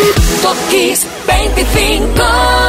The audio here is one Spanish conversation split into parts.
Top Kiss 25.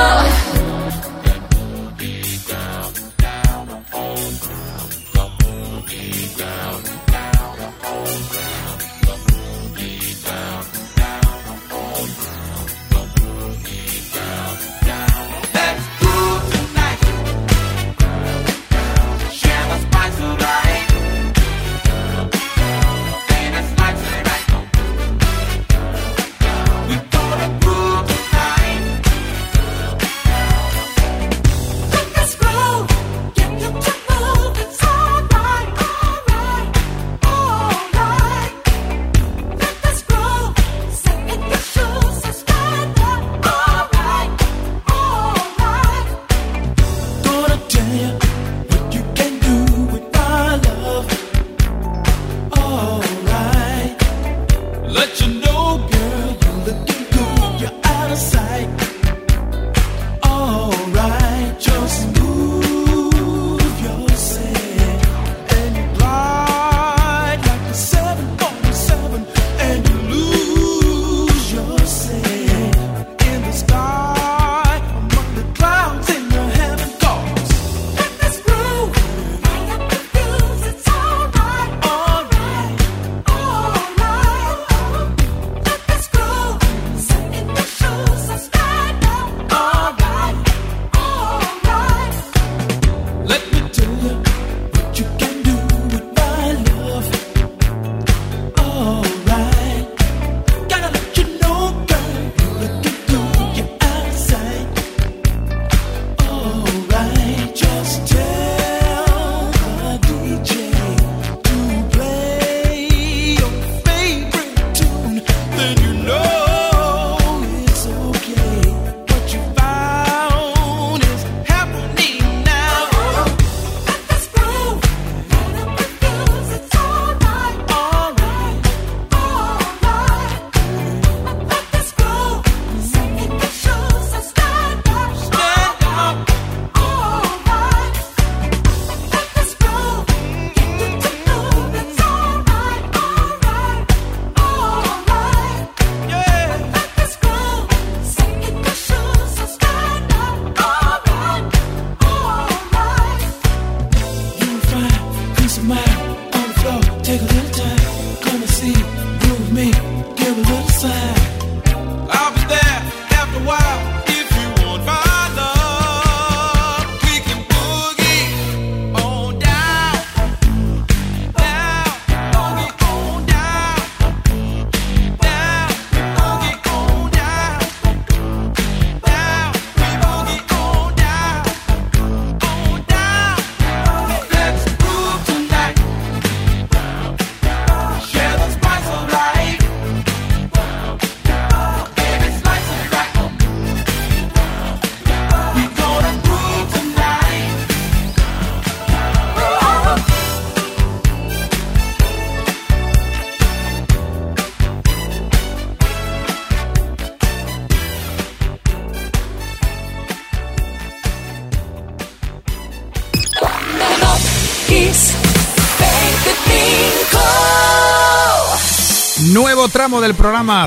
Nuevo tramo del programa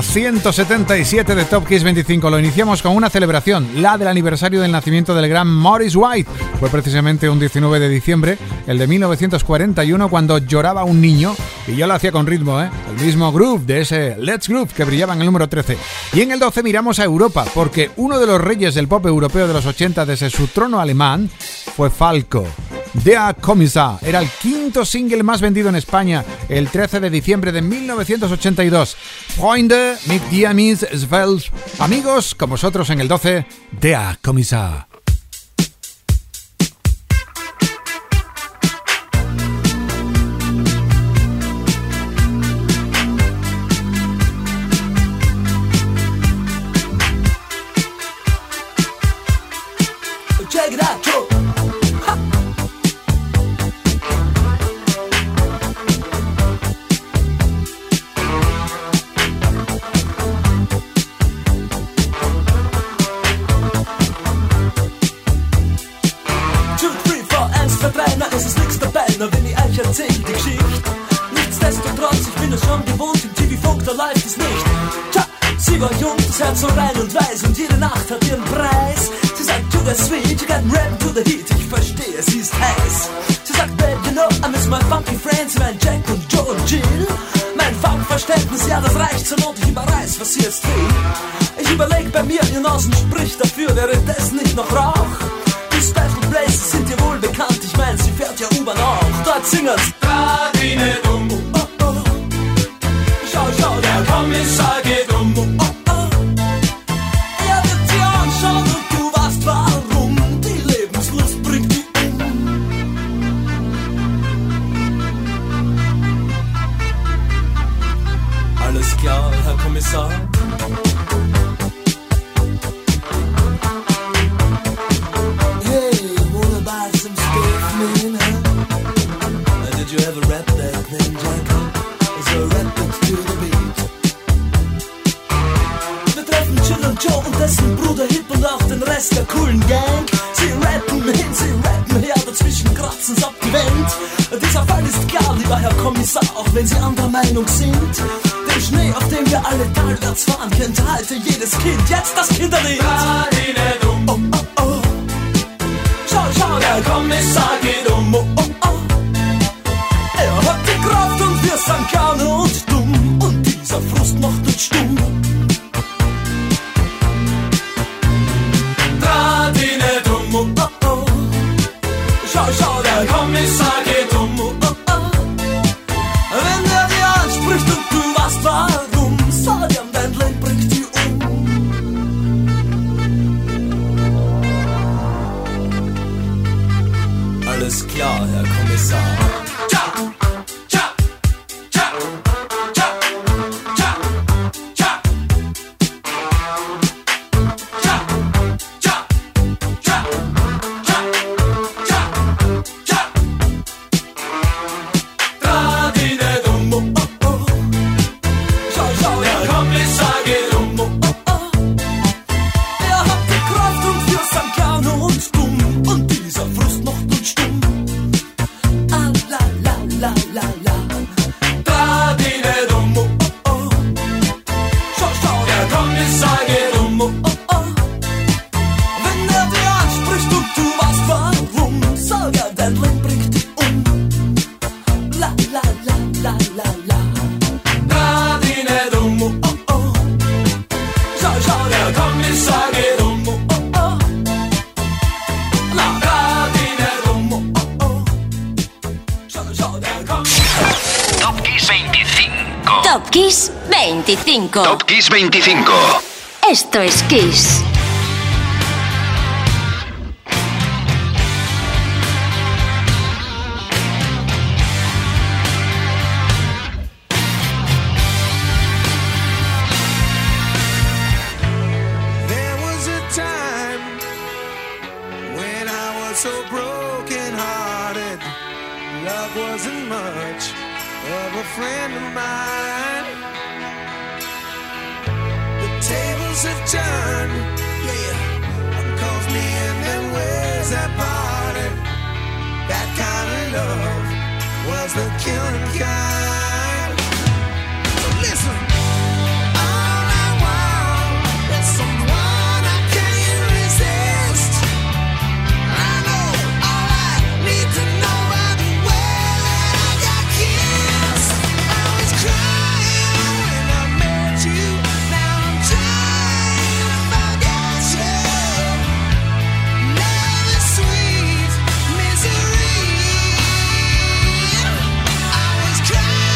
177 de Top Kiss 25. Lo iniciamos con una celebración, la del aniversario del nacimiento del gran Maurice White. Fue precisamente un 19 de diciembre, el de 1941, cuando lloraba un niño, y yo lo hacía con ritmo, el mismo groove de ese Let's Groove que brillaba en el número 13. Y en el 12 miramos a Europa, porque uno de los reyes del pop europeo de los 80 desde su trono alemán fue Falco. Der Kommissar era el quinto single más vendido en España el 13 de diciembre de 1982. Freunde, mit dir mis Sveld. Amigos, con vosotros en el 12, Der Kommissar. Check it out, Joe. Es ist nix dabei, nur wenn ich euch erzähl die Geschichte. Nichtsdestotrotz, ich bin es schon gewohnt, im TV-Funk, da läuft es nicht. Tja, 7 Sie war jung, das Herz so rein und weiß und jede Nacht hat ihren Preis. Sie sagt, to the sweet, you got rap to the heat. Ich verstehe, sie ist heiß. Sie sagt, babe, you know, I miss my funky friends, mein Jack und Joe und Jill. Mein Funkverständnis, ja, das reicht zur Not, ich überreiß, was sie jetzt will. Ich überleg bei mir, ihr Nasen spricht dafür, wäre das nicht noch Rauch? Die Special Places sind dir wohl bekannt, ich mein, sie fährt ja U-Bahn auch. Dort singen's Radine dumm, oh, oh. Schau, schau, der Kommissar geht um, oh, oh. Er wird dir anschauen und du weißt warum. Die Lebenslust bringt die um. Alles klar, Herr Kommissar. Hey, wanna buy some stuff, man, huh? Did you ever rap that thing, Jack? Is a rap to the beat? Wir treffen Jill und Joe und dessen Bruder Hip und auch den Rest der coolen Gang. Sie rappen hin, sie rappen her, dazwischen kratzen's ab die Wand. Dieser Fall ist klar, lieber Herr Kommissar, auch wenn Sie anderer Meinung sind. Den Schnee, auf dem wir alle talwärts fahren, kennt heute jedes Kind. Jetzt das Kinderlied. Oh, oh, oh. Schau, schau, der Kommissar geht um. Oh, oh, oh. Er hat die Kraft und wir sind gerne und dumm. Und dieser Frust macht uns stumm. Draht ihn nicht um. Oh, oh, oh. Schau, schau, der Kommissar geht um. Oh, oh, oh. Wenn er dir anspricht und du weißt warum, sag ihm, dein Leben bringt die um. Alles klar, Herr Kommissar. Tja, tja, tja, tja, tja, tja. Tja, tja, tja, tja, tja, tja. Draht ihn nicht um, oh, oh, oh. Schau, schau, der Kommissar geht um, oh, oh, oh. Er hat die Kraft und wir sind gerne und dumm. Und dieser Frust macht uns stumm. Ah, la, la, la, la, la. Draht ihn nicht um, oh, oh, oh. Schau, schau, der Kommissar geht um, oh, oh, oh. Wenn er dir anspricht und du weißt warum, sag er, dein Leben bringt dich um. La, la, la, la, la, la. Draht ihn nicht um, oh, oh, oh. Schau, schau, der Kommissar geht um, oh, oh, oh. La, draht ihn nicht um, oh, oh, oh. Schau, schau, der Kommissar. Top Kiss 25. Top Kiss 25. Top Kiss 25. Esto es Kiss. There was a time when I was so broken hearted. Love wasn't much of a friend of mine. The tables have turned, yeah. One calls me and then where's that party? That kind of love was the killing kind. So listen. All I want is someone I can't resist. I know all I need to know by the way that I got kissed. I was crying when I met you. Now I'm trying to forget you. Love is sweet misery. I was crying.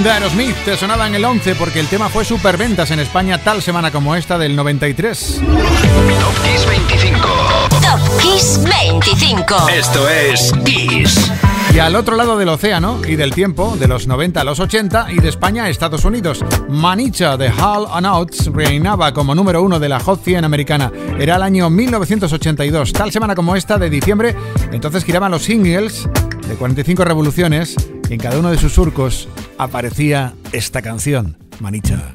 de Aerosmith te sonaba en el 11 porque el tema fue superventas en España tal semana como esta del 93. Top Kiss 25. Top Kiss 25. Esto es Kiss. Y al otro lado del océano y del tiempo, de los 90 a los 80 y de España a Estados Unidos, Manicha de Hall & Oates reinaba como número 1 de la Hot 100 americana. Era el año 1982, tal semana como esta de diciembre. Entonces giraban los singles de 45 revoluciones y en cada uno de sus surcos aparecía esta canción, Manicha.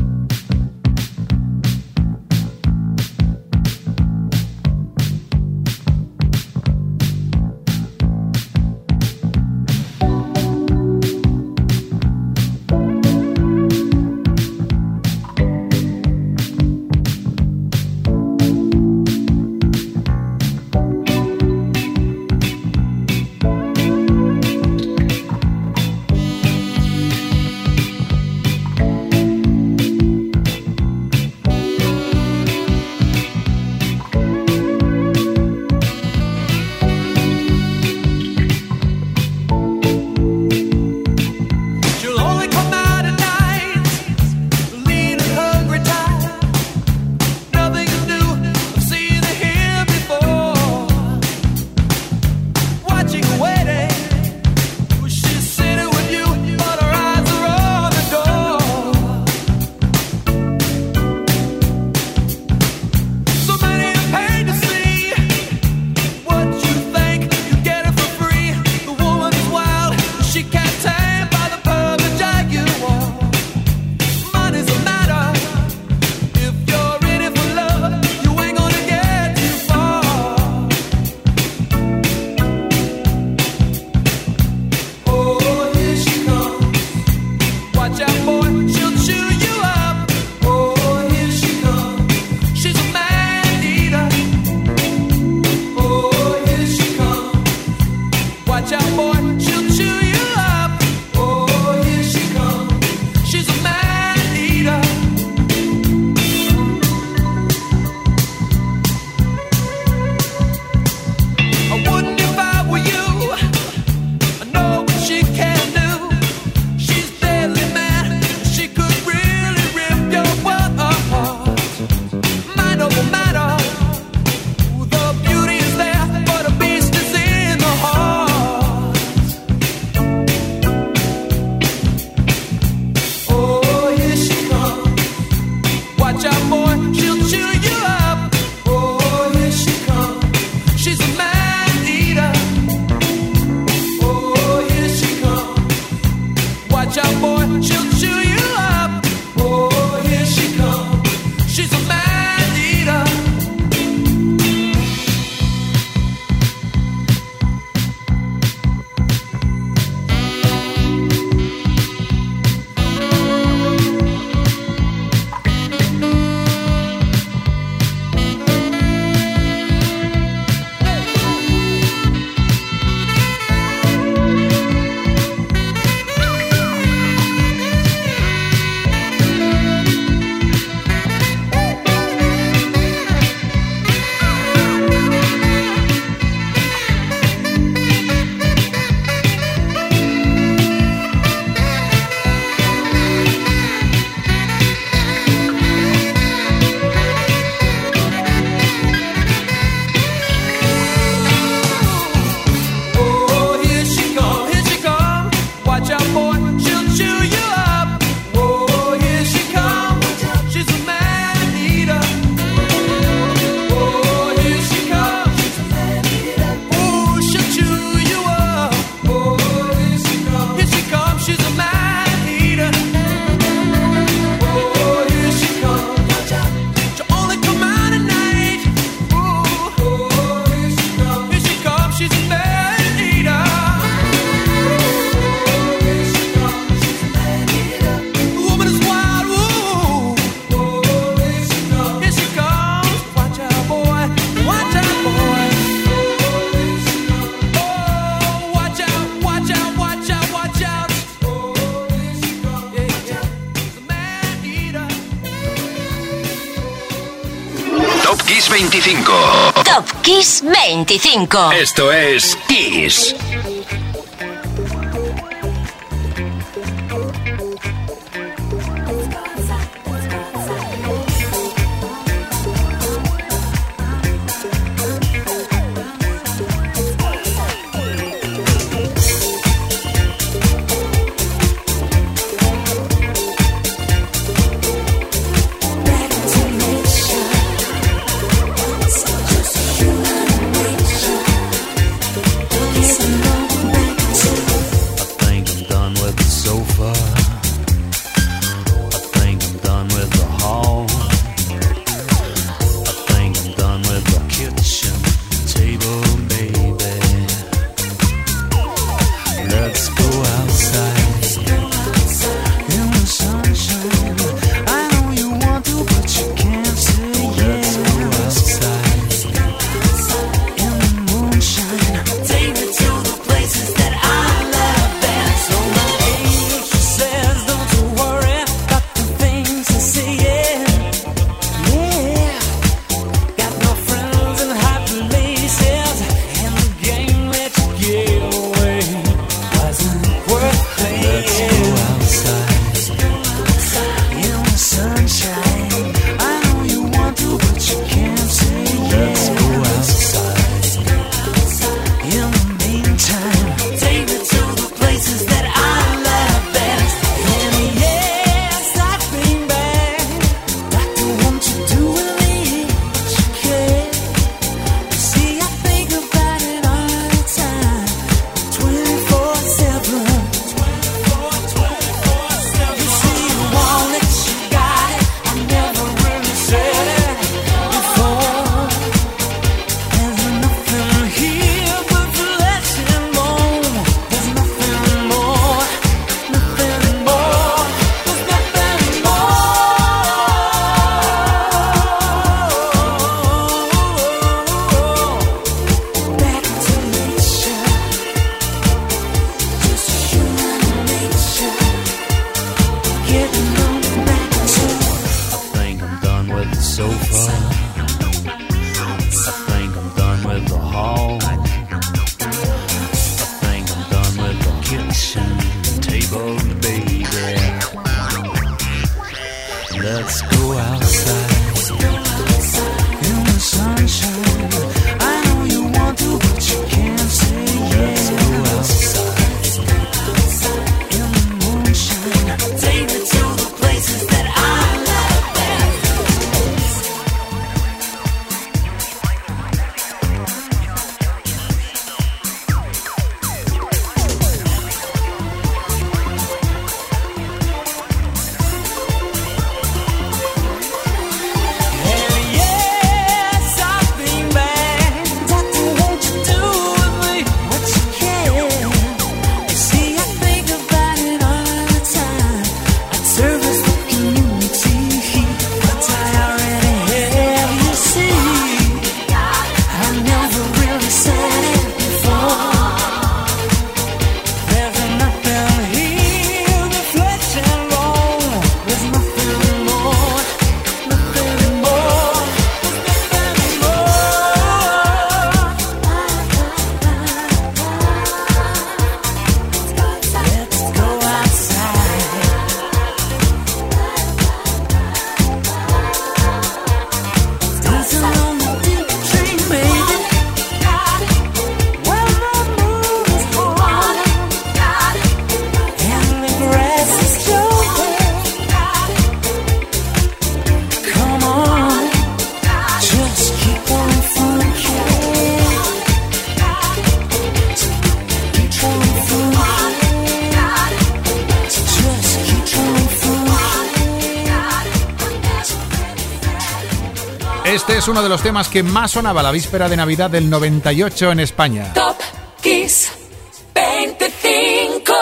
Top Kiss 25. Top Kiss 25. Esto es Kiss. sofa. I think I'm done with the hall. I think I'm done with the kitchen table, baby. Let's go outside in the sunshine. I know you want to, but you can't say yes. Let's go outside in the moonshine. Take me to the places that I love best. Este es uno de los temas que más sonaba la víspera de Navidad del 98 en España. Top Kiss 25.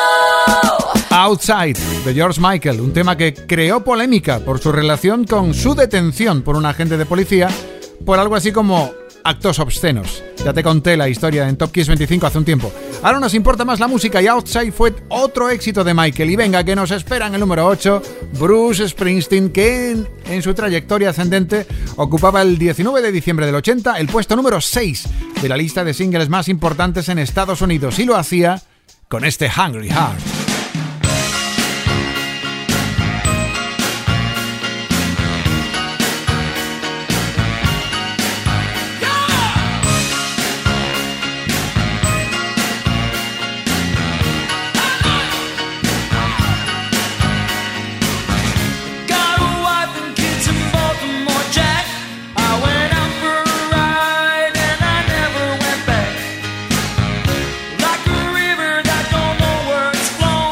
Outside, de George Michael, un tema que creó polémica por su relación con su detención por un agente de policía por algo así como actos obscenos. Ya te conté la historia en Top Kiss 25 hace un tiempo. Ahora nos importa más la música y Outside fue otro éxito de Michael. Y venga, que nos espera en el número 8, Bruce Springsteen, que en su trayectoria ascendente ocupaba el 19 de diciembre del 80 el puesto número 6 de la lista de singles más importantes en Estados Unidos. Y lo hacía con este Hungry Heart. Like a river that don't know where it's flowing.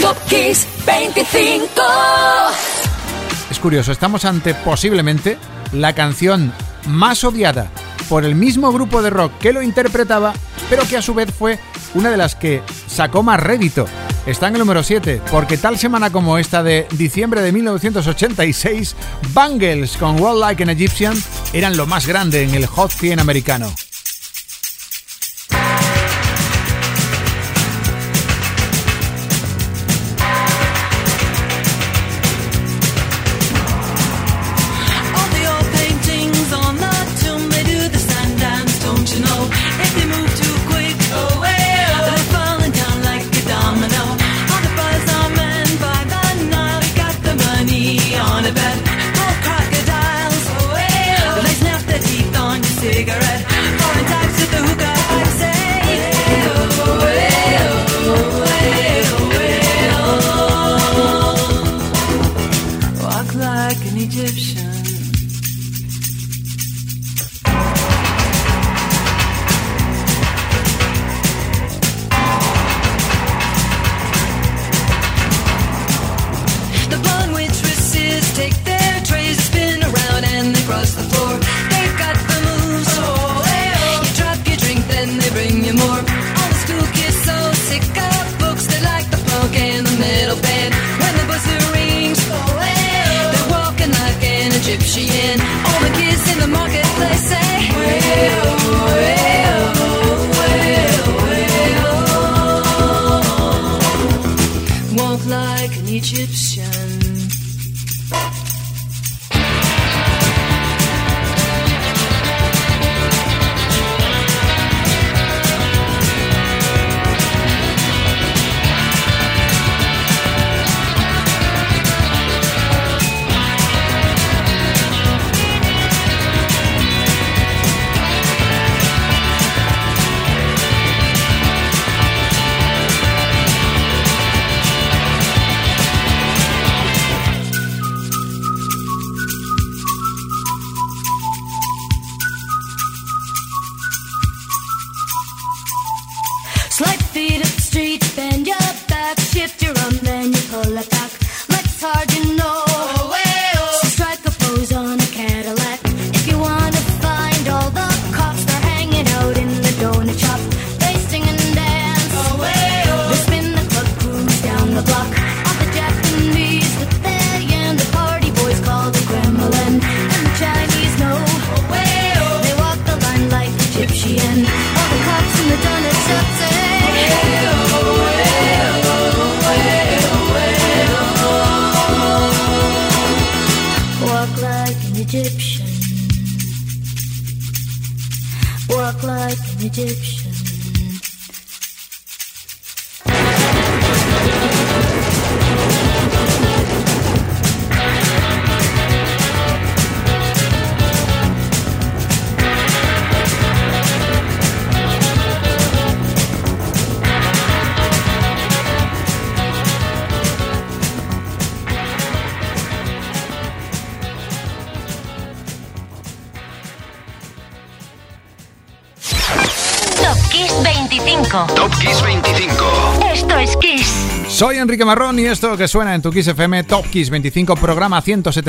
Top Kiss 25. Es curioso, estamos ante posiblemente la canción más odiada por el mismo grupo de rock que lo interpretaba, pero que a su vez fue una de las que sacó más rédito. Está en el número 7, porque tal semana como esta de diciembre de 1986, Bangles con Walk Like an Egyptian eran lo más grande en el Hot 100 americano. Top Kiss 25. Esto es Kiss. Soy Enrique Marrón y esto que suena en tu Kiss FM Top Kiss 25, programa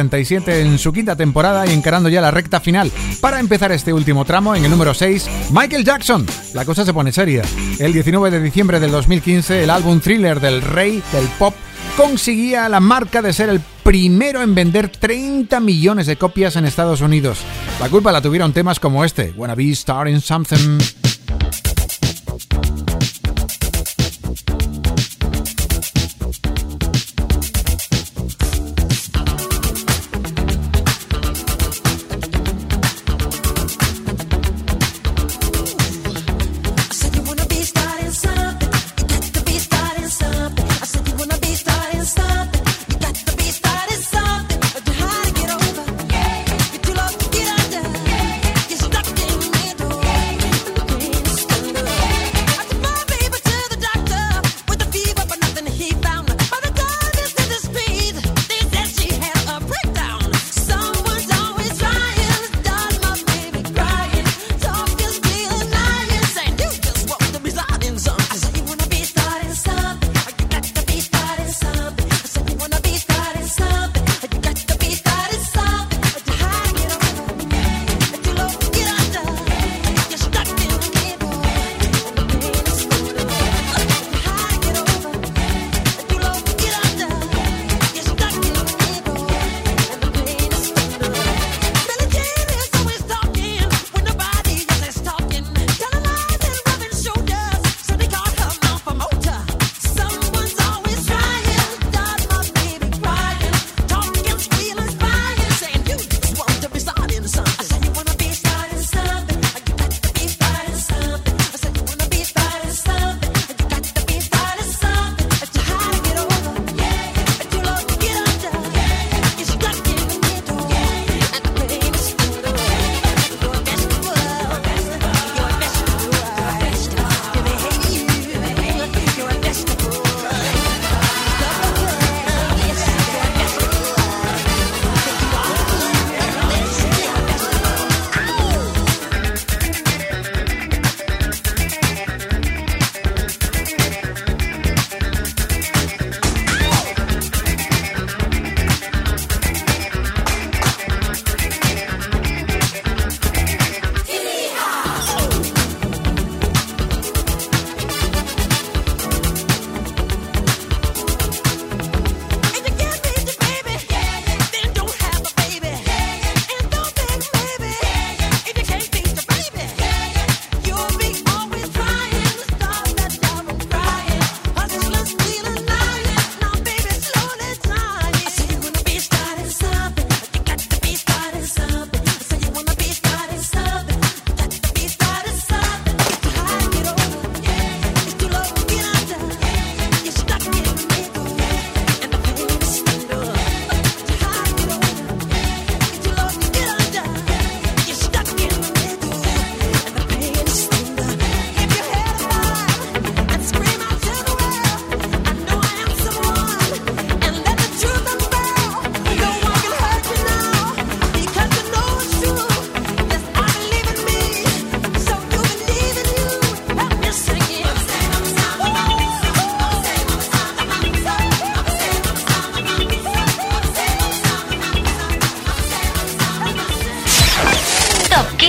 177 en su quinta temporada y encarando ya la recta final. Para empezar este último tramo, en el número 6, Michael Jackson. La cosa se pone seria. El 19 de diciembre del 2015, el álbum Thriller del rey del pop conseguía la marca de ser el primero en vender 30 millones de copias en Estados Unidos. La culpa la tuvieron temas como este, Wanna Be Starting Something.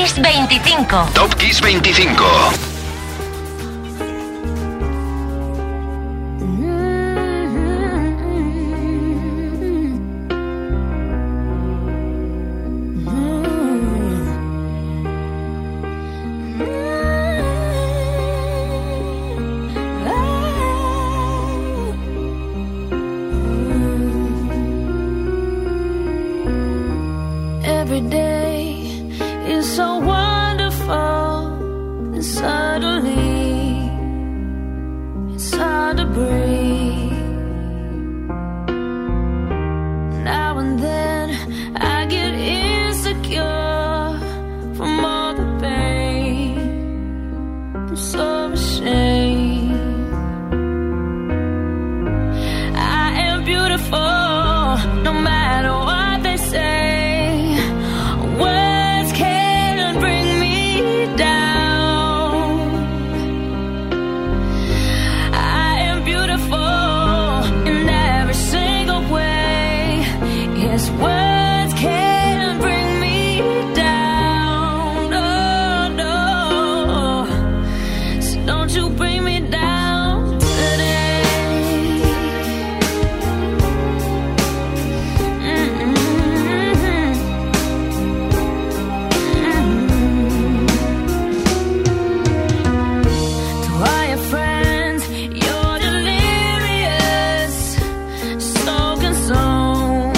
Kiss 25. Top Kiss 25. Every day is so wonderful, and suddenly it's hard to breathe. Now and then I get insecure from all the pain. I'm so ashamed. I am beautiful, no matter what they say. Words can't bring me down, oh no. So don't you bring me down today. To all your friends, you're delirious, so consumed.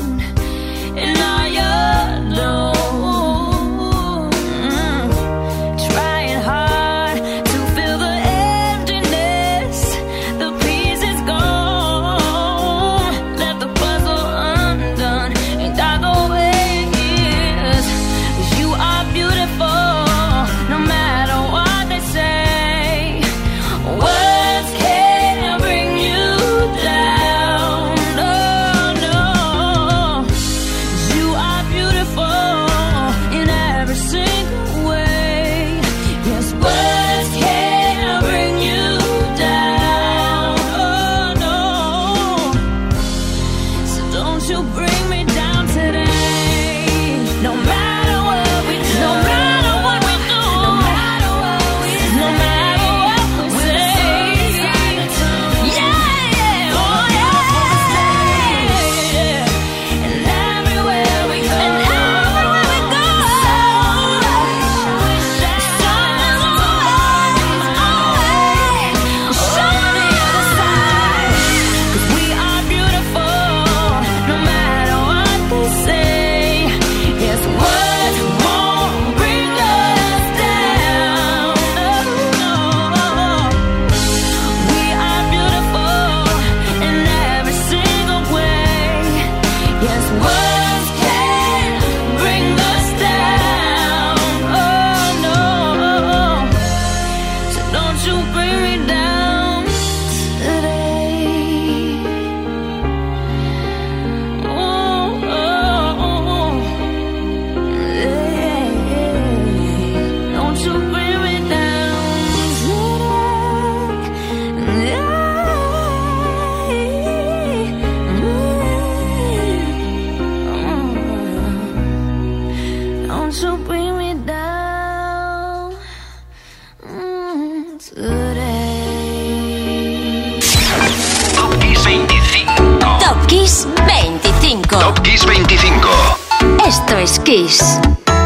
Top Kiss 25. Top Kiss 25. Esto es Kiss.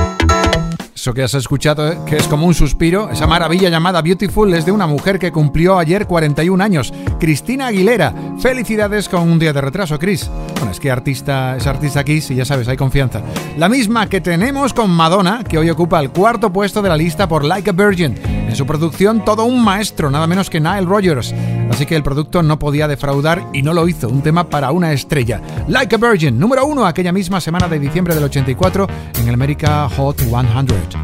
Eso que has escuchado, que es como un suspiro, esa maravilla llamada Beautiful, es de una mujer que cumplió ayer 41 años, Cristina Aguilera. Felicidades con un día de retraso, Chris. Bueno, es que es artista Kiss y ya sabes, hay confianza. La misma que tenemos con Madonna, que hoy ocupa el cuarto puesto de la lista por Like a Virgin. En su producción, todo un maestro, nada menos que Nile Rodgers. Así que el producto no podía defraudar y no lo hizo, un tema para una estrella. Like a Virgin, número 1 aquella misma semana de diciembre del 84 en el America Hot 100.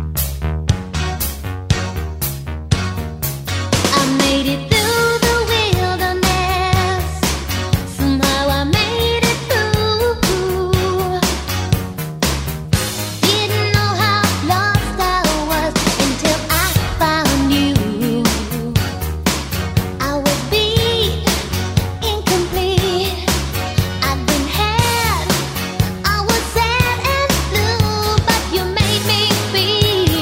I was sad and blue, but you made me feel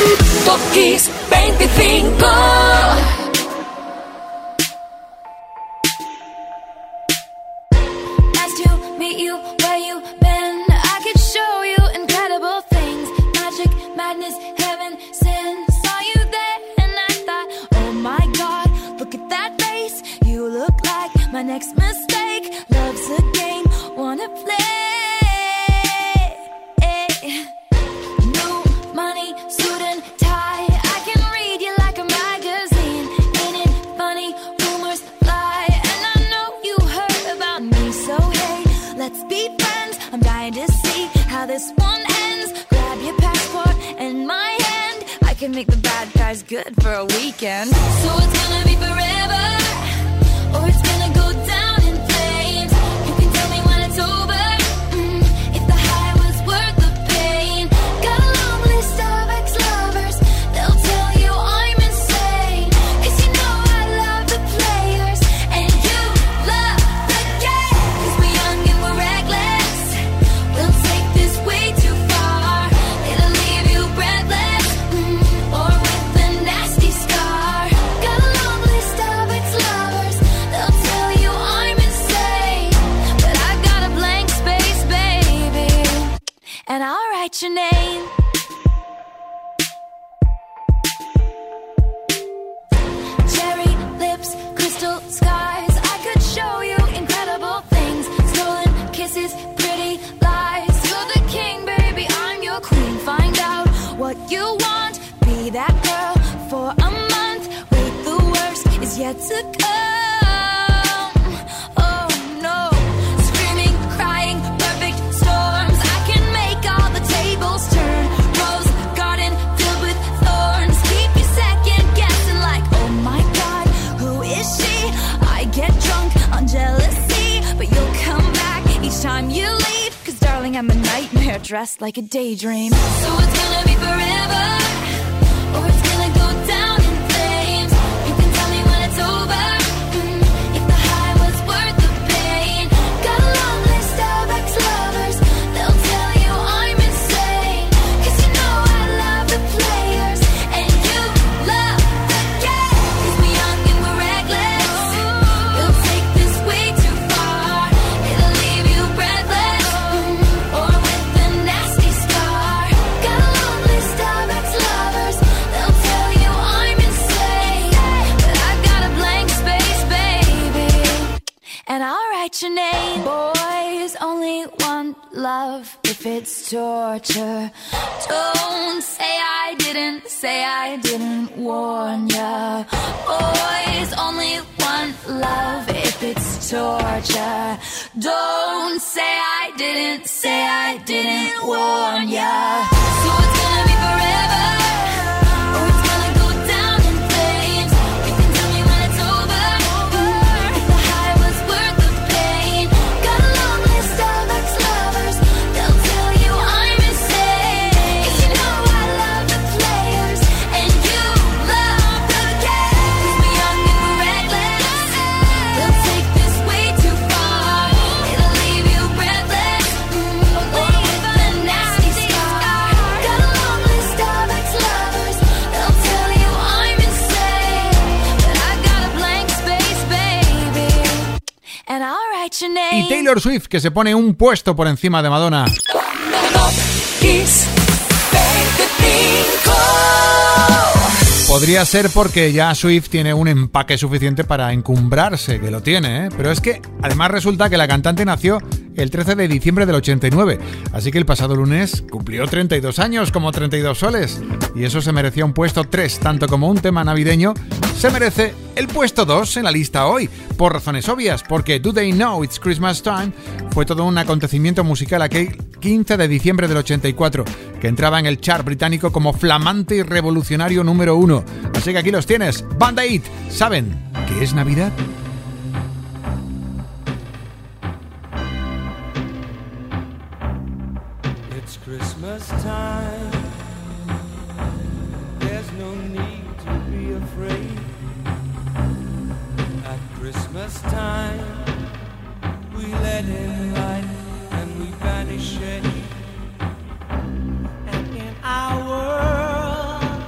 Top Kiss 25. Nice to meet you, where you been? I could show you incredible things. Magic, madness, heaven, sin. Saw you there and I thought, oh my God, look at that face. You look like my next mistake. Love's a game, wanna play. New money, suit and tie. I can read you like a magazine. Ain't it funny? Rumors fly, and I know you heard about me. So hey, let's be friends. I'm dying to see how this one ends. Grab your passport and my hand. I can make the bad guys good for a weekend. So it's gonna be forever, or it's gonna go down in flames. You can tell me when it's over. If the high was worth the pain. Got a long list of ex-lovers. They'll tell you I'm insane. 'Cause you know I love the players and you love the game. 'Cause we're young and we're reckless. We'll take this way too far. It'll leave you breathless, or with a nasty scar. Got a long list of ex-lovers. They'll tell you I'm insane. But I've got a blank space, baby, and I'll write your name. Cherry lips, crystal skies. I could show you incredible things. Stolen kisses, pretty lies. You're the king, baby, I'm your queen. Find out what you want. Be that girl for a month. Wait, the worst is yet to come. Oh no. Screaming, crying, perfect storms. I can make all the tables turn. Rose garden filled with thorns. Keep you second guessing like, oh my God, who is she? I get drunk on jealousy, but you'll come back each time you leave. 'Cause darling, I'm a nightmare dressed like a daydream. So it's gonna be forever, or it's gonna go down in flames. You can tell me when it's over. If the high was worth the pain. Got a long list of ex-lovers. They'll tell you I'm insane. 'Cause you know I love the players and you love the game. 'Cause we're young and we're reckless. We'll take this way too far. It'll leave you breathless, or with a nasty scar. Got a long list of ex-lovers. They'll tell you I'm insane. But I've got a blank space, baby, and I'll write your name. Boys only want love if it's torture. Don't say I didn't warn ya. Boys only want love if it's torture. Don't say I didn't warn ya. So it's gonna be forever, or it's gonna go down in flames. You can tell me when it's over. If the high was worth the pain. Got a long list of ex-lovers. They'll tell you I'm insane. 'Cause you know I love the players and you love the game. 'Cause we're young and we're reckless. They'll take this way too far. It'll leave you breathless, or with a nasty scar. Got a long list of ex-lovers. They'll tell you I'm insane. But I've got a blank space, baby, and I'll write your name. Y Taylor Swift, que se pone un puesto por encima de Madonna. Top Kiss 25. Podría ser porque ya Swift tiene un empaque suficiente para encumbrarse, que lo tiene, ¿eh? Pero es que además resulta que la cantante nació el 13 de diciembre del 89, así que el pasado lunes cumplió 32 años, como 32 soles, y eso se merecía un puesto 3, tanto como un tema navideño se merece el puesto 2 en la lista hoy, por razones obvias, porque Do They Know It's Christmas Time fue todo un acontecimiento musical aquel 15 de diciembre del 84, que entraba en el chart británico como flamante y revolucionario número 1. Así que aquí los tienes, Band Aid. ¿Saben qué es Navidad? It's Christmas time. There's no need to be afraid. At Christmas time, we let in light and we banish shade. And in our world,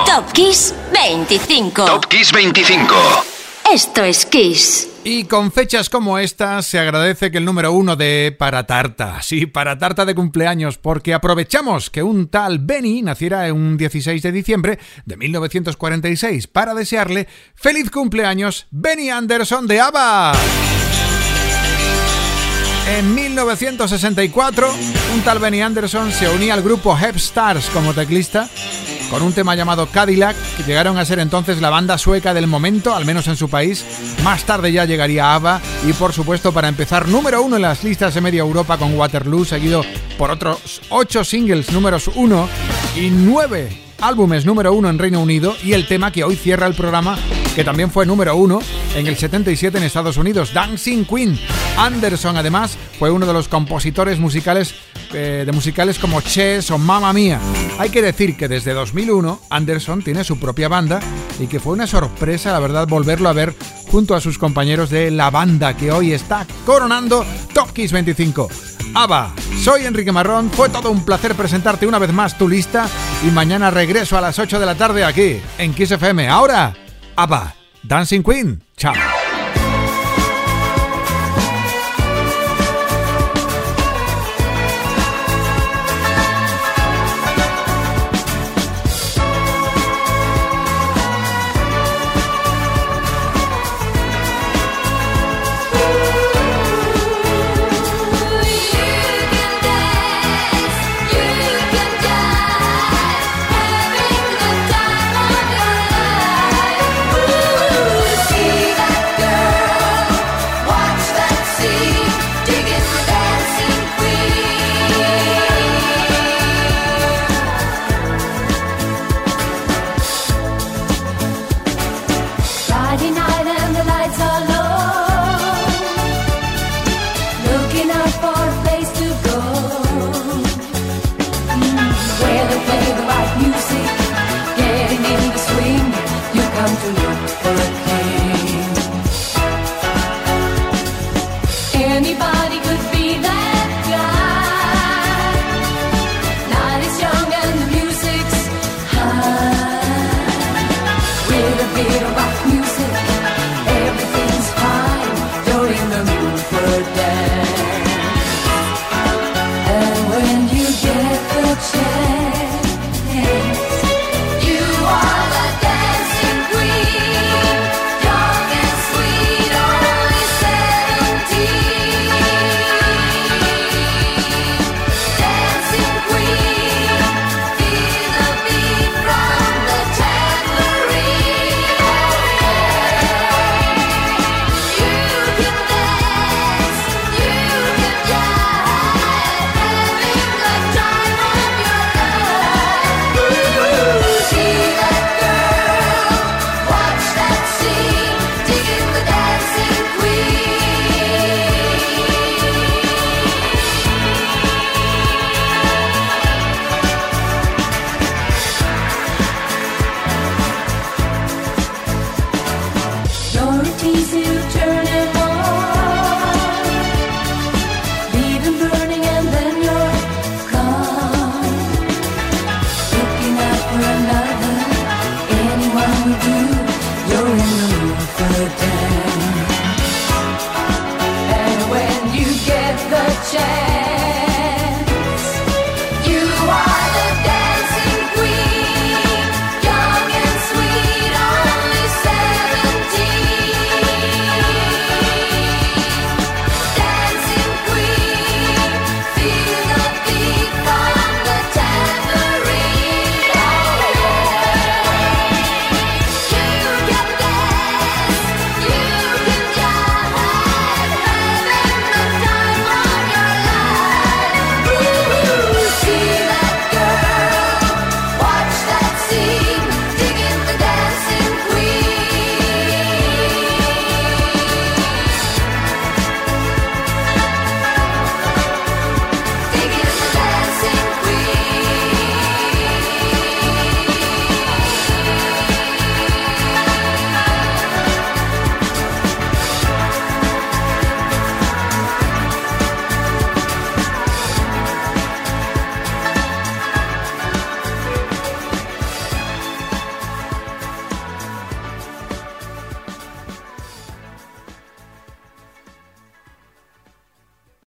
Top Kiss 25. Top Kiss 25. Esto es Kiss. Y con fechas como estas se agradece que el número 1 de Para Tarta. Sí, Para Tarta de cumpleaños, porque aprovechamos que un tal Benny naciera un 16 de diciembre de 1946 para desearle feliz cumpleaños Benny Andersson de ABBA. En 1964, un tal Benny Andersson se unía al grupo Hep Stars como teclista con un tema llamado Cadillac, que llegaron a ser entonces la banda sueca del momento, al menos en su país. Más tarde ya llegaría ABBA y, por supuesto, para empezar, número 1 en las listas de media Europa con Waterloo, seguido por otros 8 singles números 1 y 9 álbumes número 1 en Reino Unido, y el tema que hoy cierra el programa, que también fue número 1 en el 77 en Estados Unidos, Dancing Queen. Andersson, además, fue uno de los compositores musicales de musicales como Chess o Mamma Mia. Hay que decir que desde 2001 Andersson tiene su propia banda y que fue una sorpresa, la verdad, volverlo a ver junto a sus compañeros de la banda que hoy está coronando Top Kiss 25. ABBA, soy Enrique Marrón, fue todo un placer presentarte una vez más tu lista y mañana regreso a las 8 de la tarde aquí en Kiss FM. Ahora, ABBA, Dancing Queen. Chao.